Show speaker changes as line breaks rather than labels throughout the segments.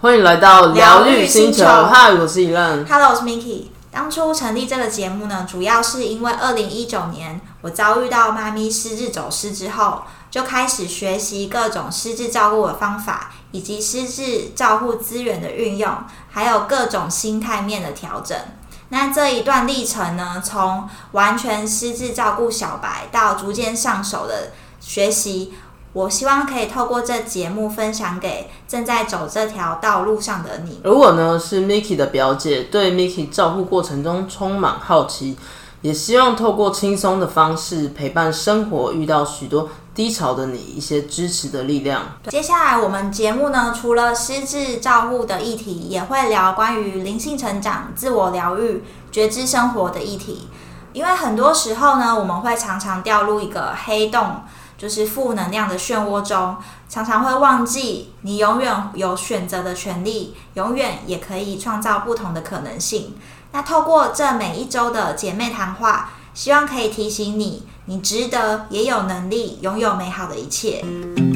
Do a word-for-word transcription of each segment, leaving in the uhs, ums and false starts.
欢迎来到疗愈星球。嗨，我是依兰。
Hello， 我是 Miki。当初成立这个节目呢，主要是因为二零一九年我遭遇到妈咪失智走失之后，就开始学习各种失智照顾的方法，以及失智照护资源的运用，还有各种心态面的调整。那这一段历程呢，从完全失智照顾小白到逐渐上手的学习，我希望可以透过这节目分享给正在走这条道路上的你。
而我呢，是 Miki 的表姐，对 Miki 照顾过程中充满好奇，也希望透过轻松的方式陪伴生活遇到许多低潮的你一些支持的力量。
接下来我们节目呢，除了失智照护的议题，也会聊关于灵性成长、自我疗愈、觉知生活的议题。因为很多时候呢，我们会常常掉入一个黑洞，就是负能量的漩涡中，常常会忘记你永远有选择的权利，永远也可以创造不同的可能性。那透过这每一周的姐妹谈话，希望可以提醒你，你值得，也有能力拥有美好的一切。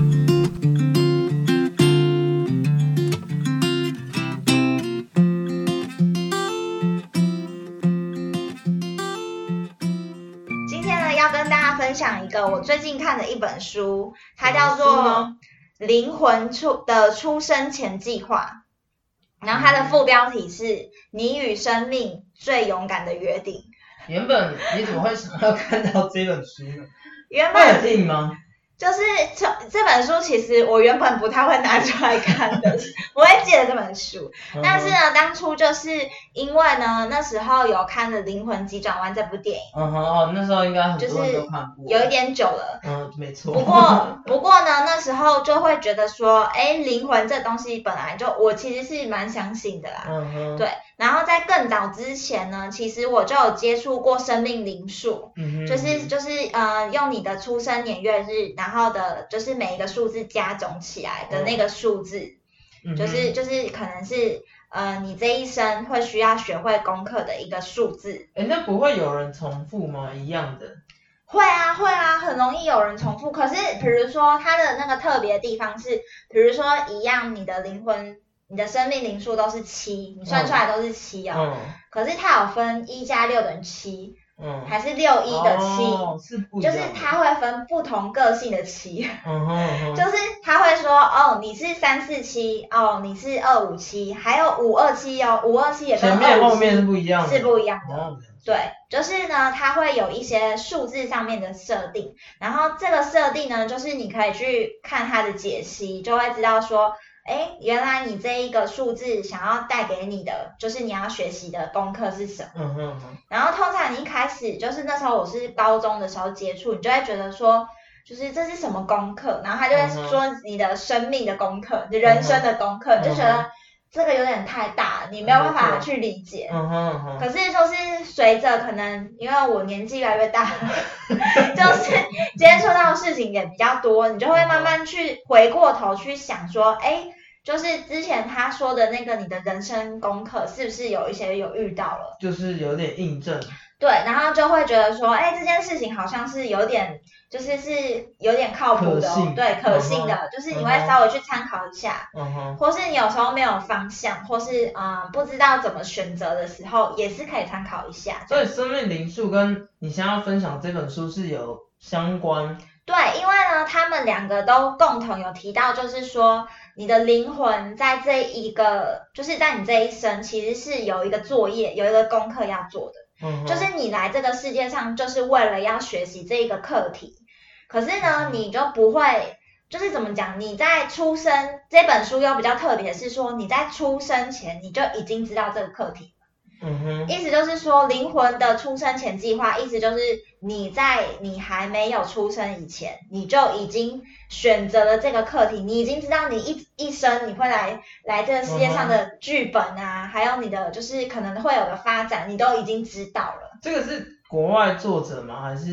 今天呢，要跟大家分享一个我最近看的一本书，它叫做《灵魂出的出生前计划》，然后它的副标题是“你与生命最勇敢的约定”。
原本你怎么会想要看到这本书呢？
原本
会有吗？
就是这这本书，其实我原本不太会拿出来看的，我会记得这本书。但是呢，当初就是因为呢，那时候有看了《灵魂急转弯》这部电影。
嗯哼哦，那时候应该很多人都看过。
就是有一点久了。
嗯，没错。
不过不过呢，那时候就会觉得说，哎，灵魂这东西本来就我其实是蛮相信的啦。
嗯哼。
对，然后在更早之前呢，其实我就有接触过生命灵数，
嗯哼，
就是就是呃，用你的出生年月日，然后的就是每一个数字加总起来的那个数字，
嗯、
就是就是可能是呃你这一生会需要学会功课的一个数字。
哎，那不会有人重复吗？一样的？
会啊会啊，很容易有人重复。可是比如说它的那个特别的地方是，比如说一样，你的灵魂。你的生命灵数都是七，你算出来都是七哦。嗯、可是它有分一加六等于七，嗯，还是六一的七，
哦，是不一样的，
就是它会分不同个性的七。
嗯哼嗯哼，
就是它会说哦，你是三四七，哦，你是二五七，还有五二七哦，五二七也跟二五七
前面后面是不一样的，
是不一样的。
哦、
对，就是呢，它会有一些数字上面的设定，然后这个设定呢，就是你可以去看它的解析，就会知道说。哎，原来你这一个数字想要带给你的，就是你要学习的功课是什么？
嗯哼哼。
然后通常你一开始就是那时候我是高中的时候接触，你就会觉得说，就是这是什么功课？然后他就会说你的生命的功课，你、嗯、人生的功课，嗯、就觉得这个有点太大了，你没有办法去理解。
嗯哼嗯哼。
可是就是随着可能因为我年纪越来越大，就是接触到的事情也比较多，你就会慢慢去回过头去想说，哎。就是之前他说的那个你的人生功课是不是有一些有遇到了，
就是有点印证。
对，然后就会觉得说，哎，这件事情好像是有点，就是是有点靠谱的、哦，对，可信的，嗯、就是你会稍微去参考一下，嗯哼，或是你有时候没有方向，或是嗯、呃、不知道怎么选择的时候，也是可以参考一下。
所以生命灵数跟你想要分享这本书是有相关。
对，因为呢，他们两个都共同有提到，就是说你的灵魂在这一个，就是在你这一生，其实是有一个作业，有一个功课要做的。嗯，就是你来这个世界上，就是为了要学习这一个课题。可是呢，你就不会，就是怎么讲？你在出生，这本书又比较特别，是说你在出生前你就已经知道这个课题。嗯哼，意思就是说，灵魂的出生前计划，意思就是你在你还没有出生以前，你就已经选择了这个课题，你已经知道你一一生你会来来这个世界上的剧本啊，嗯、还有你的就是可能会有的发展，你都已经知道了。
这个是国外作者吗？还是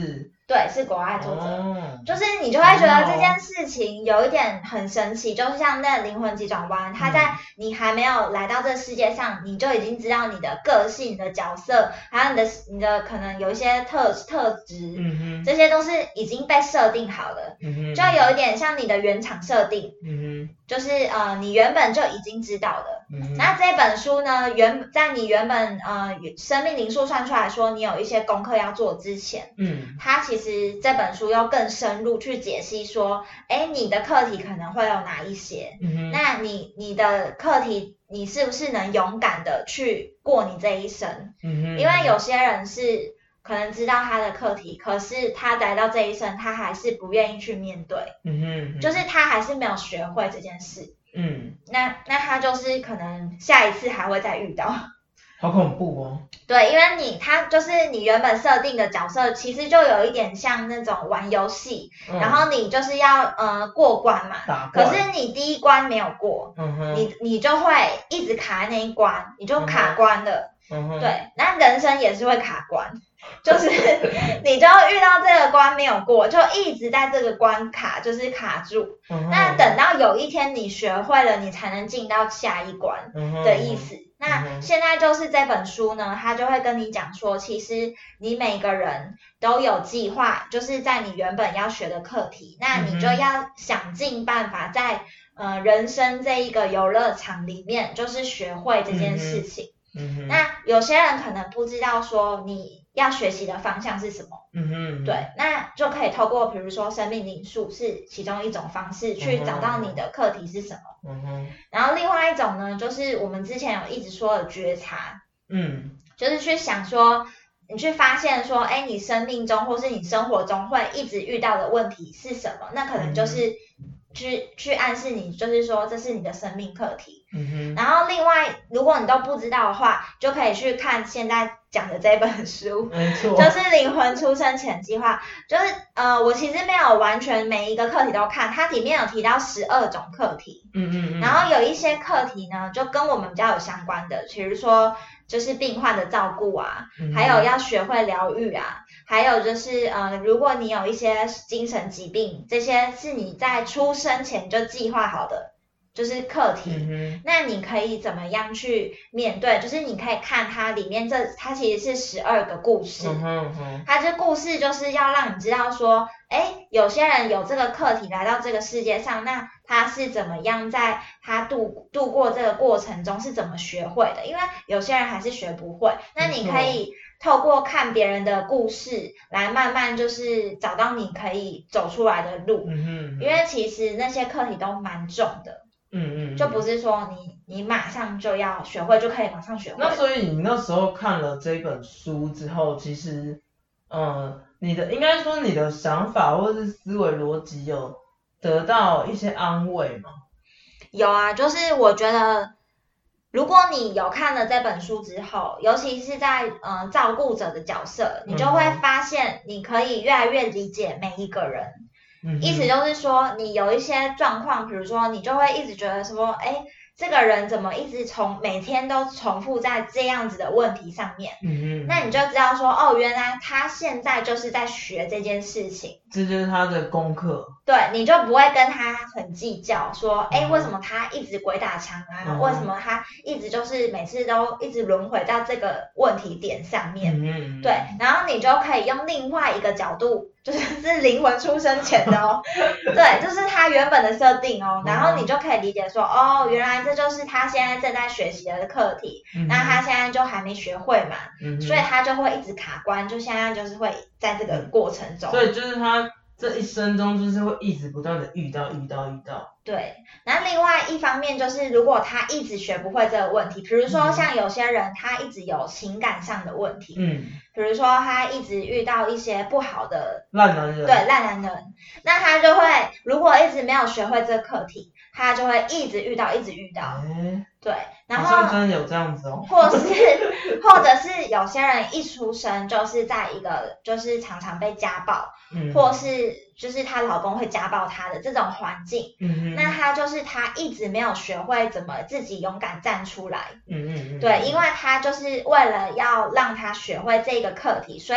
对，是国外作者，
哦、
就是你就会觉得这件事情有一点很神奇，就是像那灵魂急转弯，它在你还没有来到这个世界上，你就已经知道你的个性、你的角色，还有你的你的可能有一些特特质，
嗯哼，
这些都是已经被设定好的，
嗯哼，
就有一点像你的原厂设定，
嗯哼，
就是呃你原本就已经知道的。
嗯哼，
那这本书呢，原在你原本呃生命灵数算出来说你有一些功课要做之前，
嗯，
它其实这本书又更深入去解析说，哎，你的课题可能会有哪一些？
嗯哼，
那你你的课题，你是不是能勇敢的去过你这一生？
嗯哼，
因为有些人是可能知道他的课题，可是他来到这一生，他还是不愿意去面对，
嗯哼，
就是他还是没有学会这件事。
嗯，
那那他就是可能下一次还会再遇到。
好恐怖哦。
对，因为你他就是你原本设定的角色，其实就有一点像那种玩游戏，嗯、然后你就是要呃过关嘛，
打怪，
可是你第一关没有过，
嗯哼，
你你就会一直卡在那一关，你就卡关了。
嗯哼，
对，那人生也是会卡关，就是你就遇到这个关没有过，就一直在这个关卡，就是卡住。嗯、那等到有一天你学会了，你才能进到下一关的意思。嗯、那现在就是这本书呢，它就会跟你讲说，其实你每个人都有计划，就是在你原本要学的课题，那你就要想尽办法在呃人生这一个游乐场里面，就是学会这件事情。嗯哼，那有些人可能不知道说你要学习的方向是什么，嗯哼，对，那就可以透过比如说生命灵数是其中一种方式去找到你的课题是什么，嗯哼，然后另外一种呢，就是我们之前有一直说的觉察，嗯，就是去想说你去发现说，哎，你生命中或是你生活中会一直遇到的问题是什么，那可能就是去去暗示你，就是说这是你的生命课题。嗯哼，然后另外，如果你都不知道的话，就可以去看现在讲的这本书，
没错，
就是灵魂出生前计划。就是呃，我其实没有完全每一个课题都看，它里面有提到十二种课题，嗯嗯嗯，然后有一些课题呢，就跟我们比较有相关的，比如说就是病患的照顾啊，嗯、还有要学会疗愈啊，还有就是呃，如果你有一些精神疾病，这些是你在出生前就计划好的。就是课题、嗯，那你可以怎么样去面对？就是你可以看它里面这，它其实是十二个故事。嗯哼哼，它这故事就是要让你知道说，哎，有些人有这个课题来到这个世界上，那他是怎么样在他度度过这个过程中是怎么学会的？因为有些人还是学不会，那你可以透过看别人的故事来慢慢就是找到你可以走出来的路。嗯哼哼，因为其实那些课题都蛮重的。嗯嗯，就不是说你你马上就要学会就可以马上学会。
那所以你那时候看了这本书之后，其实，嗯，你的应该说你的想法或是思维逻辑有得到一些安慰吗？
有啊，就是我觉得，如果你有看了这本书之后，尤其是在呃照顾者的角色，你就会发现你可以越来越理解每一个人。嗯、意思就是说，你有一些状况，比如说你就会一直觉得说，哎，这个人怎么一直从每天都重复在这样子的问题上面？嗯、那你就知道说，哦，原来他现在就是在学这件事情，
这就是他的功课。
对，你就不会跟他很计较，说，哎，为什么他一直鬼打墙啊？嗯、为什么他一直就是每次都一直轮回到这个问题点上面？嗯、对，然后你就可以用另外一个角度。就是是灵魂出生前的哦，对，这是他原本的设定哦，然后你就可以理解说，哦，原来这就是他现在正在学习的课题，嗯、那他现在就还没学会嘛，嗯、所以他就会一直卡关，就现在就是会在这个过程中，
所以就是他这一生中就是会一直不断的遇到遇到遇到。
对，那另外一方面就是，如果他一直学不会这个问题，比如说像有些人他一直有情感上的问题，嗯，比如说他一直遇到一些不好的
烂男人，
对烂男人，那他就会如果一直没有学会这个课题，他就会一直遇到，一直遇到，欸、对，然后
好像真的有这样子哦，
或是或者是有些人一出生就是在一个就是常常被家暴，嗯、或是就是她老公会家暴她的这种环境，嗯、那她就是她一直没有学会怎么自己勇敢站出来，嗯嗯对，因为她就是为了要让她学会这个课题，所以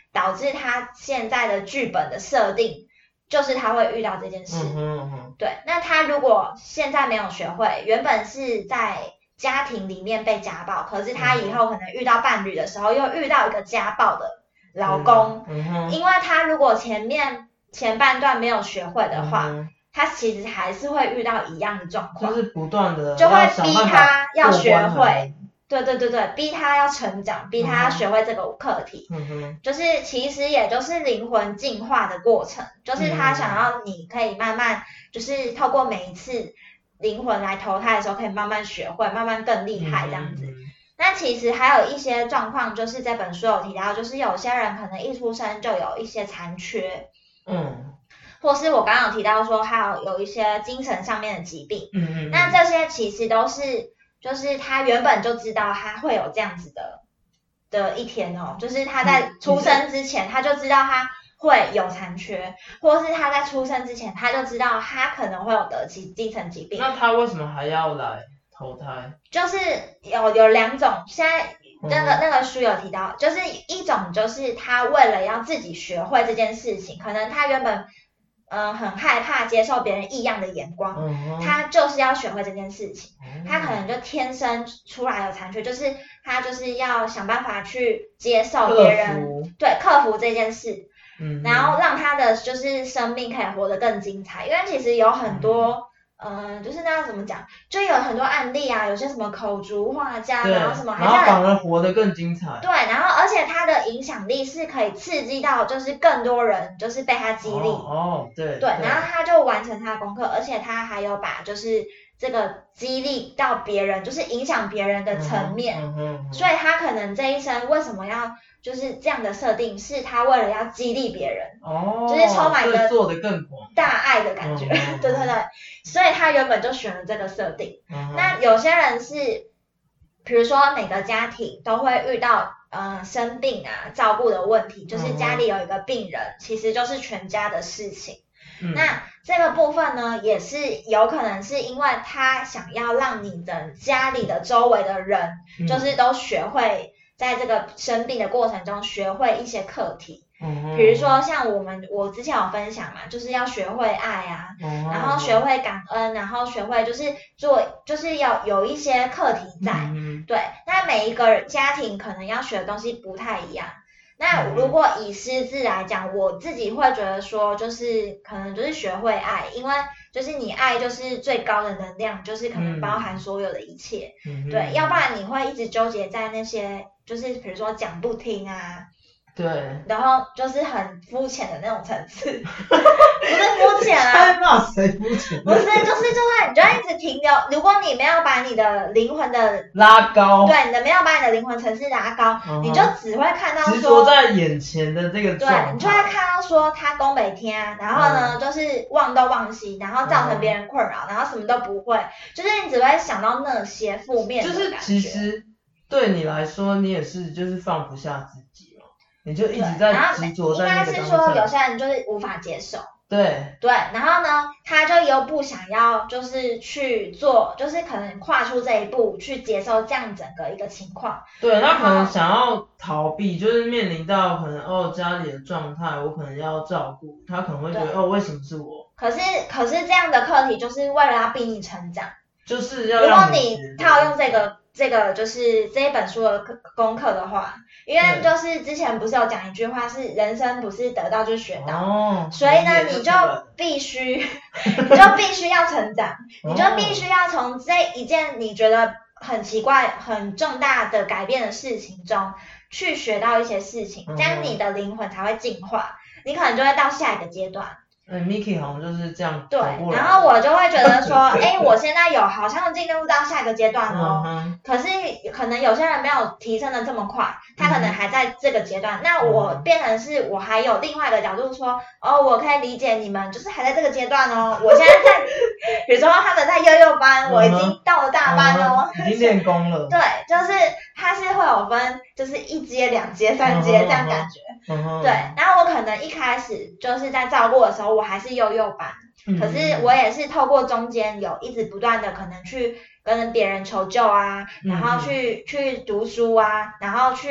导致他现在的剧本的设定就是他会遇到这件事。
嗯哼嗯哼
对，那他如果现在没有学会，原本是在家庭里面被家暴，可是他以后可能遇到伴侣的时候，又遇到一个家暴的老公，
嗯哼
因为他如果前面前半段没有学会的话，
嗯
他其实还是会遇到一样的状况，
就是不断的
就会逼他要学会，
对
对对对对，逼他要成长，逼他要学会这个课题，
嗯哼
就是其实也就是灵魂进化的过程，就是他想要你可以慢慢，就是透过每一次灵魂来投胎的时候，可以慢慢学会，慢慢更厉害这样子。
嗯
那其实还有一些状况，就是这本书有提到，就是有些人可能一出生就有一些残缺，
嗯，
或是我刚刚有提到说，还有有一些精神上面的疾病，
嗯嗯，
那这些其实都是，就是他原本就知道他会有这样子的的一天哦，就是他在出生之前他就知道他会有残缺，或是他在出生之前他就知道他可能会有得精精神疾病。
那他为什么还要来投胎？
就是有有两种，现在那个、
嗯、
那个书有提到，就是一种就是他为了要自己学会这件事情，可能他原本嗯、呃、很害怕接受别人异样的眼光，
嗯、
他就是要学会这件事情，
嗯、
他可能就天生出来有残缺，就是他就是要想办法去接受别人，对，克服这件事，
嗯，
然后让他的就是生命可以活得更精彩，因为其实有很多。嗯、呃，就是那要怎么讲，就有很多案例啊，有些什么口足画家，然后什么，
然后反而活得更精彩。
对，然后而且他的影响力是可以刺激到，就是更多人就是被他激励。
哦，哦对。
对，然后他就完成他的功课，而且他还有把就是这个激励到别人，就是影响别人的层面。
嗯哼嗯
所以他可能这一生为什么要就是这样的设定，是他为了要激励别人，
哦，
就是充满了
做得更广
大爱的感觉，
嗯、
对对对，所以他原本就选了这个设定。
嗯、
那有些人是，比如说每个家庭都会遇到呃生病啊、照顾的问题，就是家里有一个病人，嗯、其实就是全家的事情。
嗯、
那这个部分呢，也是有可能是因为他想要让你的家里的周围的人，
嗯、
就是都学会。在这个生病的过程中，学会一些课题，
嗯、
比如说像我们我之前有分享嘛，就是要学会爱啊，
嗯、
然后学会感恩，然后学会就是做，就是要有一些课题在，
嗯、
对。那每一个家庭可能要学的东西不太一样。那如果以师资来讲，我自己会觉得说，就是可能就是学会爱，因为就是你爱就是最高的能量，就是可能包含所有的一切，
嗯、
对，要不然你会一直纠结在那些。就是比如说讲不听啊，
对，
然后就是很肤浅的那种层次，不是肤浅啊，
在骂谁肤浅？
不是，就是就是你就一直停留，如果你没有把你的灵魂的
拉高，
对，你的没有把你的灵魂层次拉高，嗯、你就只会看到说
执着在眼前的这个状态，
对，你就会看到说他东北天，然后呢、嗯、就是忘东忘西，然后造成别人困扰，嗯、然后什么都不会，就是你只会想到那些负面的感觉。
就是其实。对你来说，你也是就是放不下自己嘛，你就一直在执着在那个当下。应该是说
有些人就是无法接受。
对。
对，然后呢，他就又不想要，就是去做，就是可能跨出这一步去接受这样整个一个情况。
对，他可能想要逃避，就是面临到可能哦家里的状态，我可能要照顾，他可能会觉得哦为什么是我？
可是可是这样的课题就是为了要逼你成长。
就是要
如果
你
套用这个。这个就是这一本书的功课的话，因为就是之前不是有讲一句话是人生不是得到就是学到，
哦、
所以呢你就必须你就必须要成长，你就必须要从这一件你觉得很奇怪很重大的改变的事情中去学到一些事情，这样你的灵魂才会进化，你可能就会到下一个阶段。
嗯 ，Miki 好像就是这样
对，然后我就会觉得说，哎，我现在有好像进入到下一个阶段哦，
嗯、
可是可能有些人没有提升的这么快，他可能还在这个阶段，嗯、那我变成是我还有另外一个角度说，哦，我可以理解你们就是还在这个阶段哦，我现在在，比如说他们在幼幼班，
嗯、
我已经到了大班哦，
嗯、已经练功了，
对，就是它是会有分，就是一阶、两阶、三阶、嗯、这样感觉。
嗯、
对，然后我可能一开始就是在照顾的时候，我还是幼幼班，嗯、可是我也是透过中间有一直不断的可能去跟别人求救啊，然后去、嗯、去读书啊，然后去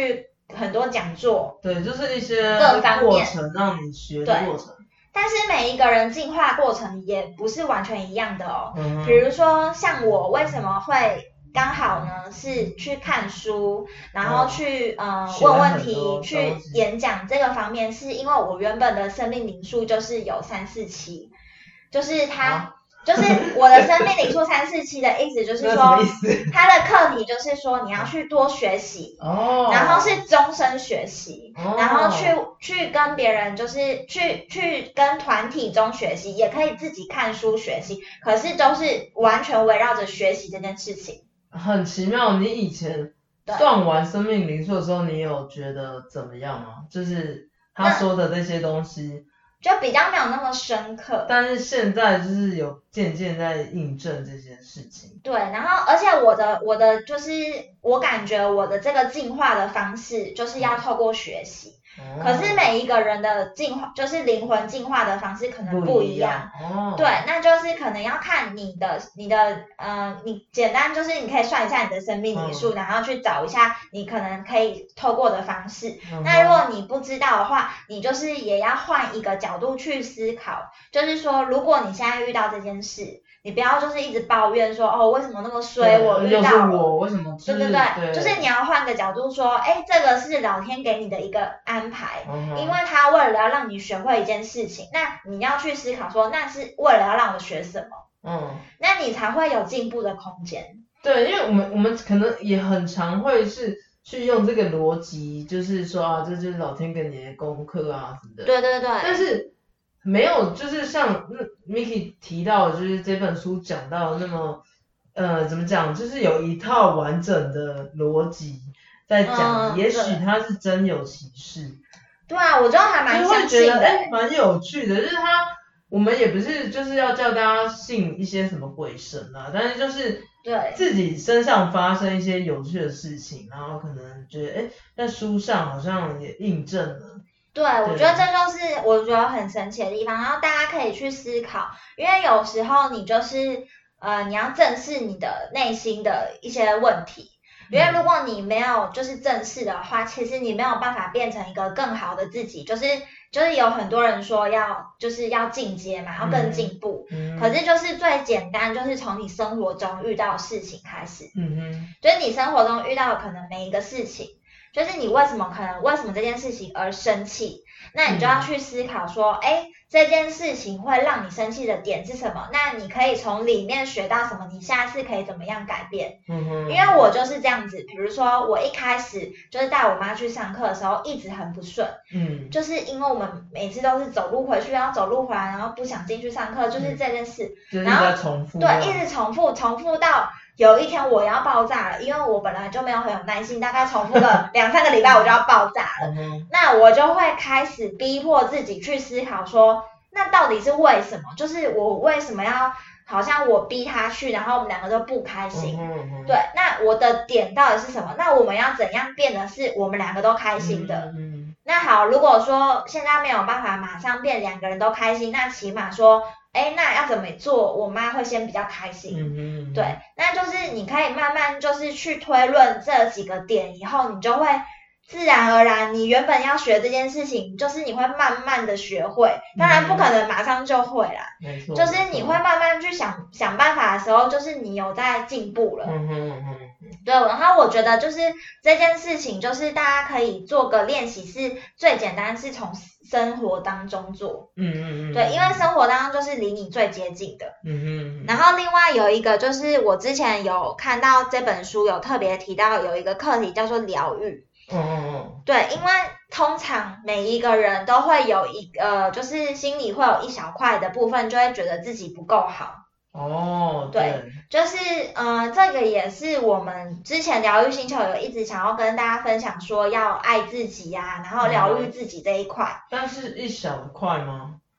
很多讲座，
对，就是一些过程让你学的过程。
但是每一个人进化过程也不是完全一样的哦。
嗯、
比如说像我为什么会刚好呢是去看书，然后去、嗯、呃问问题，去演讲这个方面，是因为我原本的生命灵数就是有三四七，就是它。啊就是我的生命灵数三四七的意思，就是说，它的课题就是说你要去多学习，
哦，
然后是终身学习，哦、然后去去跟别人，就是去去跟团体中学习，也可以自己看书学习，可是都是完全围绕着学习这件事情。
很奇妙，你以前算完生命灵数的时候，你有觉得怎么样吗？就是他说的这些东西。
就比较没有那么深刻，
但是现在就是有渐渐在印证这些事情。
对，然后而且我的我的就是我感觉我的这个进化的方式就是要透过学习，哦、可是每一个人的进化就是灵魂进化的方式可能不一样。
不一样哦、
对，那就是可能要看你的你的呃，你简单就是你可以算一下你的生命灵数，嗯、然后去找一下你可能可以透过的方式。嗯、那如果你不知道的话，你就是也要换一个角度去思考，就是说如果你现在遇到这件事，你不要就是一直抱怨说哦为什么那么衰我遇到了，
就是我为什么
对对 对, 对，就是你要换个角度说，哎，这个是老天给你的一个安排，嗯、因为他为了要让你学会一件事情，那你要去思考说那是为了要让我学什么，
嗯，
那你才会有进步的空间。
对，因为我们我们可能也很常会是去用这个逻辑，就是说啊，这就是老天给你的功课啊什么的。
对对对。
但是没有，就是像 Miki 提到的，就是这本书讲到那么，呃，怎么讲，就是有一套完整的逻辑在讲，嗯、也许它是真有其事。
对啊，我觉得还蛮相信的，
哎，蛮有趣的，就是它，我们也不是就是要叫大家信一些什么鬼神啊，但是就是
对
自己身上发生一些有趣的事情，然后可能觉得，哎，在书上好像也印证了。
对，我觉得这就是我觉得很神奇的地方，然后大家可以去思考，因为有时候你就是呃你要正视你的内心的一些问题，因为如果你没有就是正视的话，其实你没有办法变成一个更好的自己，就是就是有很多人说要就是要进阶嘛，要更进步，嗯、可是就是最简单就是从你生活中遇到的事情开始，
嗯哼，
就是你生活中遇到的可能每一个事情。就是你为什么可能为什么这件事情而生气，那你就要去思考说，哎、嗯，这件事情会让你生气的点是什么？那你可以从里面学到什么？你下次可以怎么样改变？
嗯哼，
因为我就是这样子，比如说我一开始就是带我妈去上课的时候，一直很不顺，
嗯，
就是因为我们每次都是走路回去，然后走路回来，然后不想进去上课，就是这件事，
嗯、
然后
重复，
对，一直重复，重复到。有一天我要爆炸了，因为我本来就没有很有耐心，大概重复了两三个礼拜我就要爆炸了。
嗯、
那我就会开始逼迫自己去思考说，那到底是为什么？就是我为什么要好像我逼他去，然后我们两个都不开心。
嗯、
对，那我的点到底是什么？那我们要怎样变得是我们两个都开心的？
嗯、
那好，如果说现在没有办法马上变两个人都开心，那起码说。哎，那要怎么做？我妈会先比较开心，
嗯嗯，
对，那就是你可以慢慢就是去推论这几个点以后，你就会自然而然，你原本要学这件事情，就是你会慢慢的学会，当然不可能马上就会啦，
没错，
就是你会慢慢去想想办法的时候，就是你有在进步了，
嗯哼嗯哼，
对，然后我觉得就是这件事情，就是大家可以做个练习，是最简单，是从生活当中做，
嗯嗯嗯，
对，因为生活当中就是离你最接近的，
嗯哼，
然后另外有一个就是我之前有看到这本书有特别提到有一个课题叫做疗愈，
嗯嗯嗯，
对，因为通常每一个人都会有一个，就是心里会有一小块的部分，就会觉得自己不够好。
哦，
对，
对，
就是呃，这个也是我们之前疗愈星球有一直想要跟大家分享，说要爱自己呀、啊，然后疗愈自己这一块。
但是一小块吗？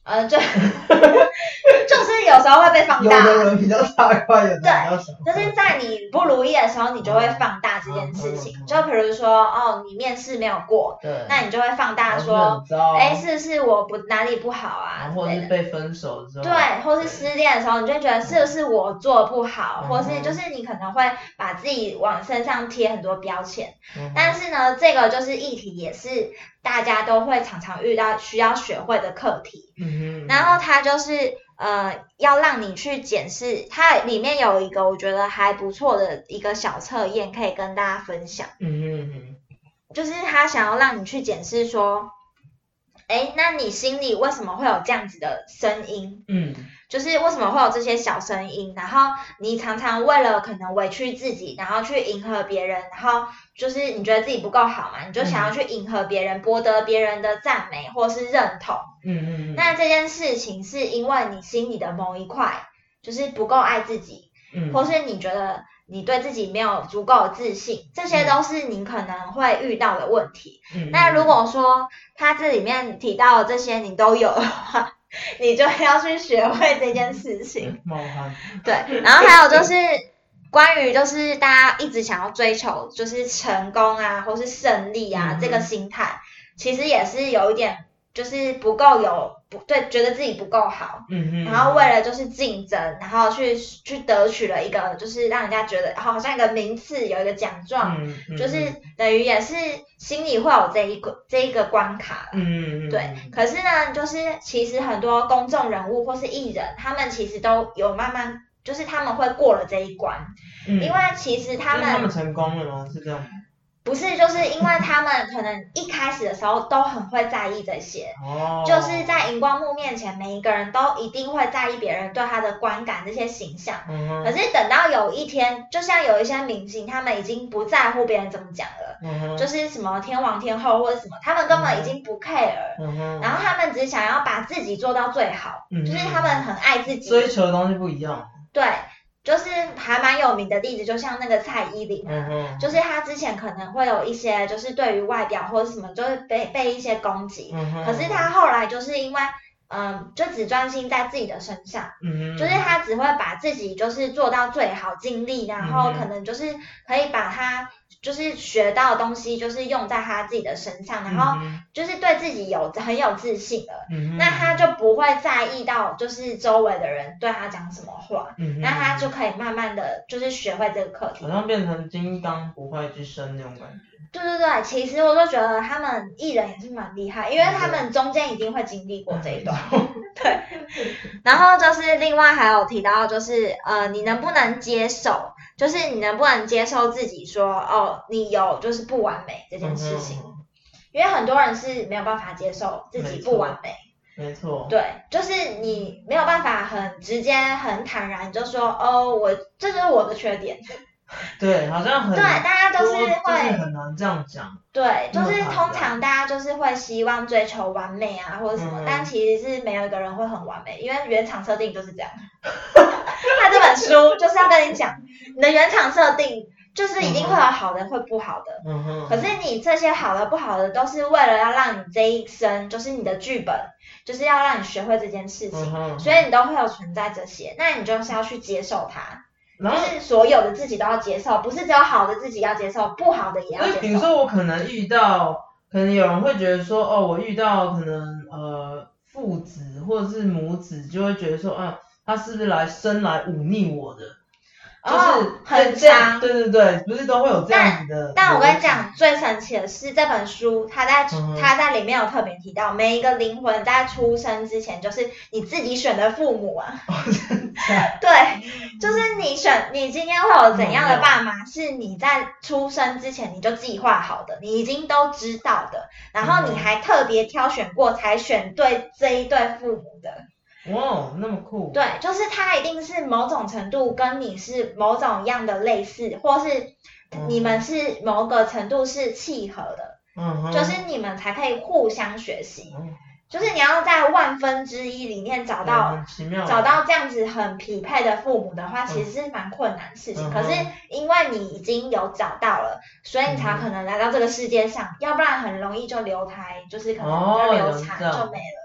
呃，就就是有时候会被放大，
有的人比较大块，有的人比较小块。
就是在你不如意的时候，你就会放大这件事情。嗯嗯嗯、就比如说，哦，你面试没有过，
对，
那你就会放大说，哎，是不是我不哪里不好啊？
或是被分手之后，
对，或是失恋的时候，你就会觉得是不是我做不好，嗯、或是就是你可能会把自己往身上贴很多标签。嗯、但是呢，这个就是议题，也是大家都会常常遇到需要学会的课题。嗯、然后它就是呃，要让你去检视，它里面有一个我觉得还不错的一个小测验，可以跟大家分享。嗯嗯就是他想要让你去检视说，哎，那你心里为什么会有这样子的声音？嗯，就是为什么会有这些小声音？然后你常常为了可能委屈自己，然后去迎合别人，然后就是你觉得自己不够好嘛，你就想要去迎合别人，博得别人的赞美或是认同。嗯嗯嗯。那这件事情是因为你心里的某一块就是不够爱自己，嗯，或是你觉得你对自己没有足够的自信，这些都是你可能会遇到的问题。嗯、那如果说他这里面提到的这些你都有的话，你就要去学会这件事情。
冒汗。
对，然后还有就是关于就是大家一直想要追求就是成功啊，或是胜利啊、嗯、这个心态，其实也是有一点就是不够有不对，觉得自己不够好，嗯哼，然后为了就是竞争，然后去去得取了一个就是让人家觉得好像一个名次，有一个奖状，嗯嗯、就是等于也是心里会有这一个这一个关卡，嗯嗯，对。可是呢，就是其实很多公众人物或是艺人，他们其实都有慢慢，就是他们会过了这一关，嗯、因为其实他们
他们成功了吗？是这样吗？
不是，就是因为他们可能一开始的时候都很会在意这些，哦、就是在荧光幕面前，每一个人都一定会在意别人对他的观感这些形象。嗯、可是等到有一天，就像有一些明星，他们已经不在乎别人怎么讲了，嗯、就是什么天王天后或者什么，他们根本已经不 care 了，嗯、然后他们只想要把自己做到最好，嗯、就是他们很爱自己，
追求的东西不一样。
对。就是还蛮有名的例子，就像那个蔡依林啊，嗯、就是她之前可能会有一些，就是对于外表或者什么，就是被被一些攻击，嗯、可是她后来就是因为，嗯，就只专心在自己的身上，嗯、就是她只会把自己就是做到最好，尽力，然后可能就是可以把她就是学到的东西，就是用在她自己的身上，然后就是对自己有很有自信了，嗯、那她就不会在意到就是周围的人对她讲什么话，嗯、那她就可以慢慢的就是学会这个课题，
好像变成金刚不坏之身那种感觉。
对对对，其实我就觉得他们艺人也是蛮厉害，因为他们中间一定会经历过这一段。对，然后就是另外还有提到就是呃，你能不能接受，就是你能不能接受自己说哦，你有就是不完美这件事情，嗯、因为很多人是没有办法接受自己不完美。
没错。
对，就是你没有办法很直接很坦然就说哦，我这就是我的缺点。
对，好像很
对，大家都是会
就是很难这样讲。
对，就是通常大家就是会希望追求完美啊，或者什么，嗯、但其实是没有一个人会很完美，因为原厂设定就是这样。他这本书就是要跟你讲，你的原厂设定就是一定会有好的，嗯、会不好的。嗯哼。可是你这些好的不好的，都是为了要让你这一生，就是你的剧本，就是要让你学会这件事情，嗯、所以你都会有存在这些，那你就是要去接受它。就是所有的自己都要接受，不是只有好的自己要接受，不好的也要接受。
比如说我可能遇到，可能有人会觉得说，哦，我遇到可能呃父子或者是母子，就会觉得说，啊，他是不是来生来忤逆我的？就是、
哦、很长，
对对对，不是都会有这样子的。
但但我跟你讲，最神奇的是这本书，它在、嗯、它在里面有特别提到，每一个灵魂在出生之前，就是你自己选的父母啊。
哦，真的。
对，就是你选，你今天会有怎样的爸妈，是你在出生之前你就计划好的，你已经都知道的，然后你还特别挑选过才选对这一对父母的。
哇，那么酷！
对，就是它一定是某种程度跟你是某种样的类似，或是你们是某个程度是契合的，嗯、就是你们才可以互相学习。嗯、就是你要在万分之一里面找到、
嗯、
找到这样子很匹配的父母的话，其实是蛮困难的事情。嗯、可是因为你已经有找到了，所以你才可能来到这个世界上，嗯、要不然很容易就流胎，就是可能就流产、哦、就没了。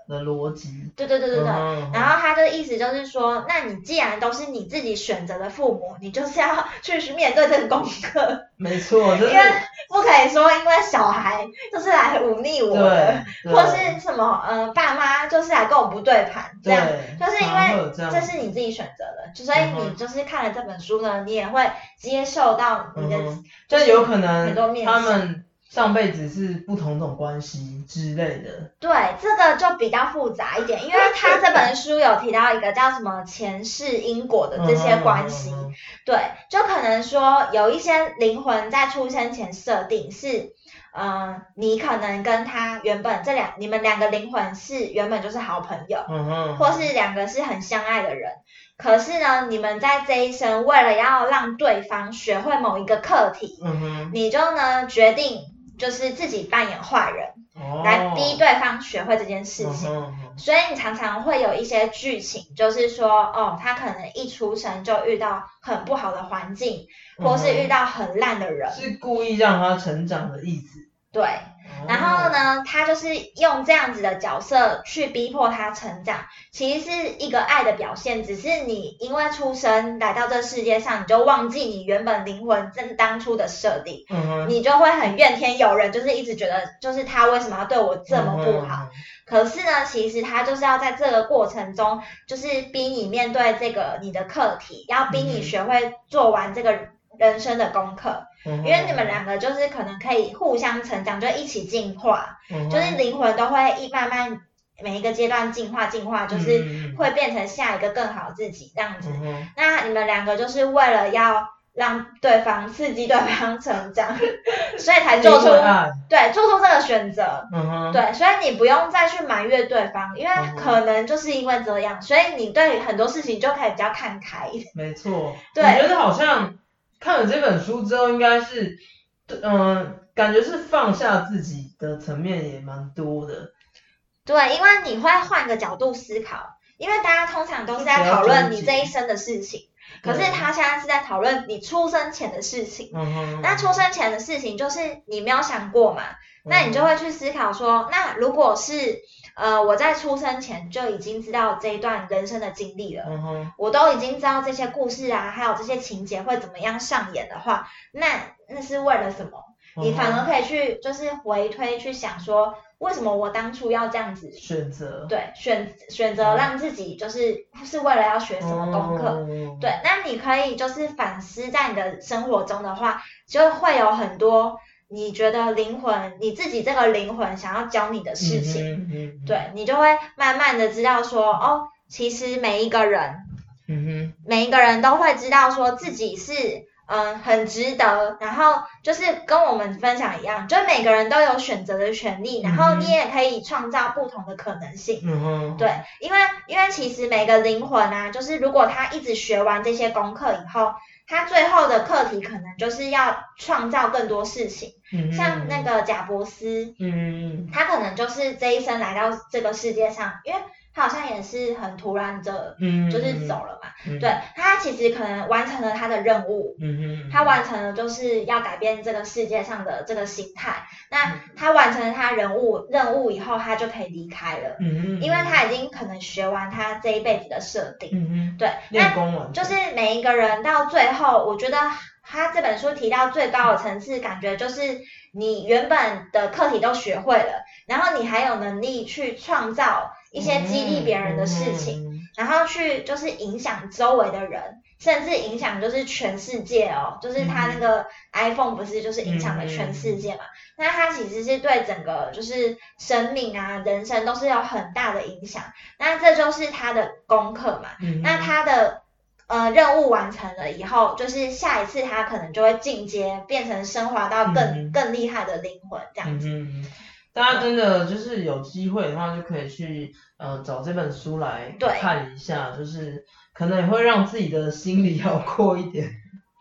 的逻辑。
对对对对对。
嗯、
然后他的意思就是说，那你既然都是你自己选择的父母，你就是要去面对这个功课。
没错，就是、
因为不可以说因为小孩就是来忤逆我的，或是什么呃爸妈就是来跟我不对盘，这样就是因为这是你自己选择的，所以你就是看了这本书呢，你也会接受到你的，
嗯、就有可能
很多面
他们上辈子是不同种关系之类的。
对，这个就比较复杂一点，因为他这本书有提到一个叫什么前世因果的这些关系。
嗯嗯嗯嗯、
对，就可能说有一些灵魂在出生前设定是，呃，你可能跟他原本这两你们两个灵魂是原本就是好朋友，
嗯嗯、
或是两个是很相爱的人。可是呢，你们在这一生为了要让对方学会某一个课题，
嗯、
你就呢决定就是自己扮演坏人，
哦、
来逼对方学会这件事情。
嗯、
所以你常常会有一些剧情，就是说，哦，他可能一出生就遇到很不好的环境，
嗯、
或是遇到很烂的人，
是故意让他成长的意思。
对。然后呢，他就是用这样子的角色去逼迫他成长，其实是一个爱的表现，只是你因为出生来到这世界上，你就忘记你原本灵魂真当初的设定，
嗯、
你就会很怨天尤人，就是一直觉得就是他为什么要对我这么不好。
嗯、
可是呢，其实他就是要在这个过程中，就是逼你面对这个你的课题，要逼你学会做完这个人生的功课。
嗯、
因为你们两个就是可能可以互相成长，就一起进化，
嗯、
就是灵魂都会一慢慢每一个阶段进化进化，就是会变成下一个更好自己这样子。
嗯、
那你们两个就是为了要让对方刺激对方成长，所以才做出对做出这个选择。
嗯、
对，所以你不用再去埋怨对方，因为可能就是因为这样，所以你对很多事情就可以比较看开。
没错，
对，
我觉得好像看了这本书之后，应该是，嗯、呃，感觉是放下自己的层面也蛮多的。
对，因为你会换个角度思考，因为大家通常都是在讨论你这一生的事情，可是他现在是在讨论你出生前的事情。
嗯、
那出生前的事情就是你没有想过嘛，嗯、那你就会去思考说，那如果是呃我在出生前就已经知道这一段人生的经历了，
嗯、
我都已经知道这些故事啊，还有这些情节会怎么样上演的话，那那是为了什么？你反而可以去就是回推去想说，为什么我当初要这样子
选择？
对，选选择让自己就是是为了要学什么功课？
嗯、
对，那你可以就是反思在你的生活中的话，就会有很多你觉得灵魂你自己这个灵魂想要教你的事情，
嗯嗯、
对，你就会慢慢的知道说，哦，其实每一个人，
嗯、
每一个人都会知道说自己是。嗯，很值得，然后就是跟我们分享一样，就每个人都有选择的权利，然后你也可以创造不同的可能性。
嗯、
对，因为因为其实每个灵魂啊，就是如果他一直学完这些功课以后，他最后的课题可能就是要创造更多事情。
嗯、
像那个贾伯斯，
嗯，
他可能就是这一生来到这个世界上，因为他好像也是很突然的，就是走了嘛。
嗯、
对，他其实可能完成了他的任务，
嗯、
他完成了就是要改变这个世界上的这个形态。那他完成了他人物任务以后，他就可以离开了，
嗯、
因为他已经可能学完他这一辈子的设定。
嗯、
对，那就是每一个人到最后，我觉得他这本书提到最高的层次，感觉就是你原本的课题都学会了，然后你还有能力去创造一些激励别人的事情，
嗯、
然后去就是影响周围的人，甚至影响就是全世界哦，就是他那个 iPhone 不是就是影响了全世界嘛，嗯、那他其实是对整个就是生命啊人生都是有很大的影响，那这就是他的功课嘛，
嗯、
那他的呃任务完成了以后，就是下一次他可能就会进阶变成升华到更、
嗯、
更厉害的灵魂这样子。
嗯，大家真的就是有机会的话，就可以去呃找这本书来看一下，就是可能也会让自己的心里好过一点。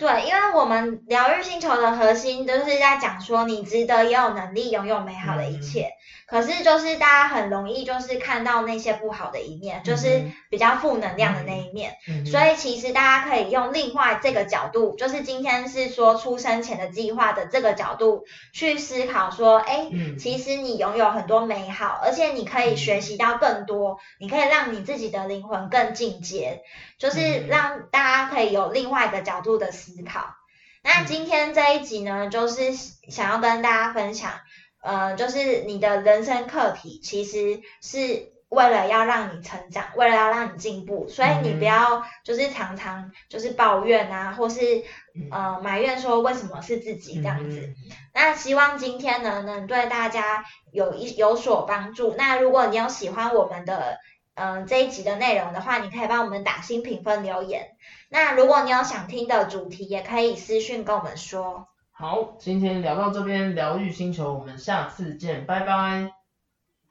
对，因为我们疗愈星球的核心都是在讲说你值得也有能力拥有美好的一切，嗯、可是就是大家很容易就是看到那些不好的一面，嗯、就是比较负能量的那一面，嗯、所以其实大家可以用另外这个角度，就是今天是说出生前的计划的这个角度去思考说，哎，嗯、其实你拥有很多美好，而且你可以学习到更多，你可以让你自己的灵魂更进阶，就是让大家可以有另外一个角度的思考。那今天这一集呢，就是想要跟大家分享，呃，就是你的人生课题其实是为了要让你成长，为了要让你进步，所以你不要就是常常就是抱怨啊，或是呃埋怨说为什么是自己这样子。那希望今天呢能对大家有一有所帮助。那如果你有喜欢我们的嗯、呃，这一集的内容的话，你可以帮我们打新评分留言。那如果你有想听的主题，也可以私讯跟我们说。
好，今天聊到这边，疗愈星球，我们下次见，拜拜。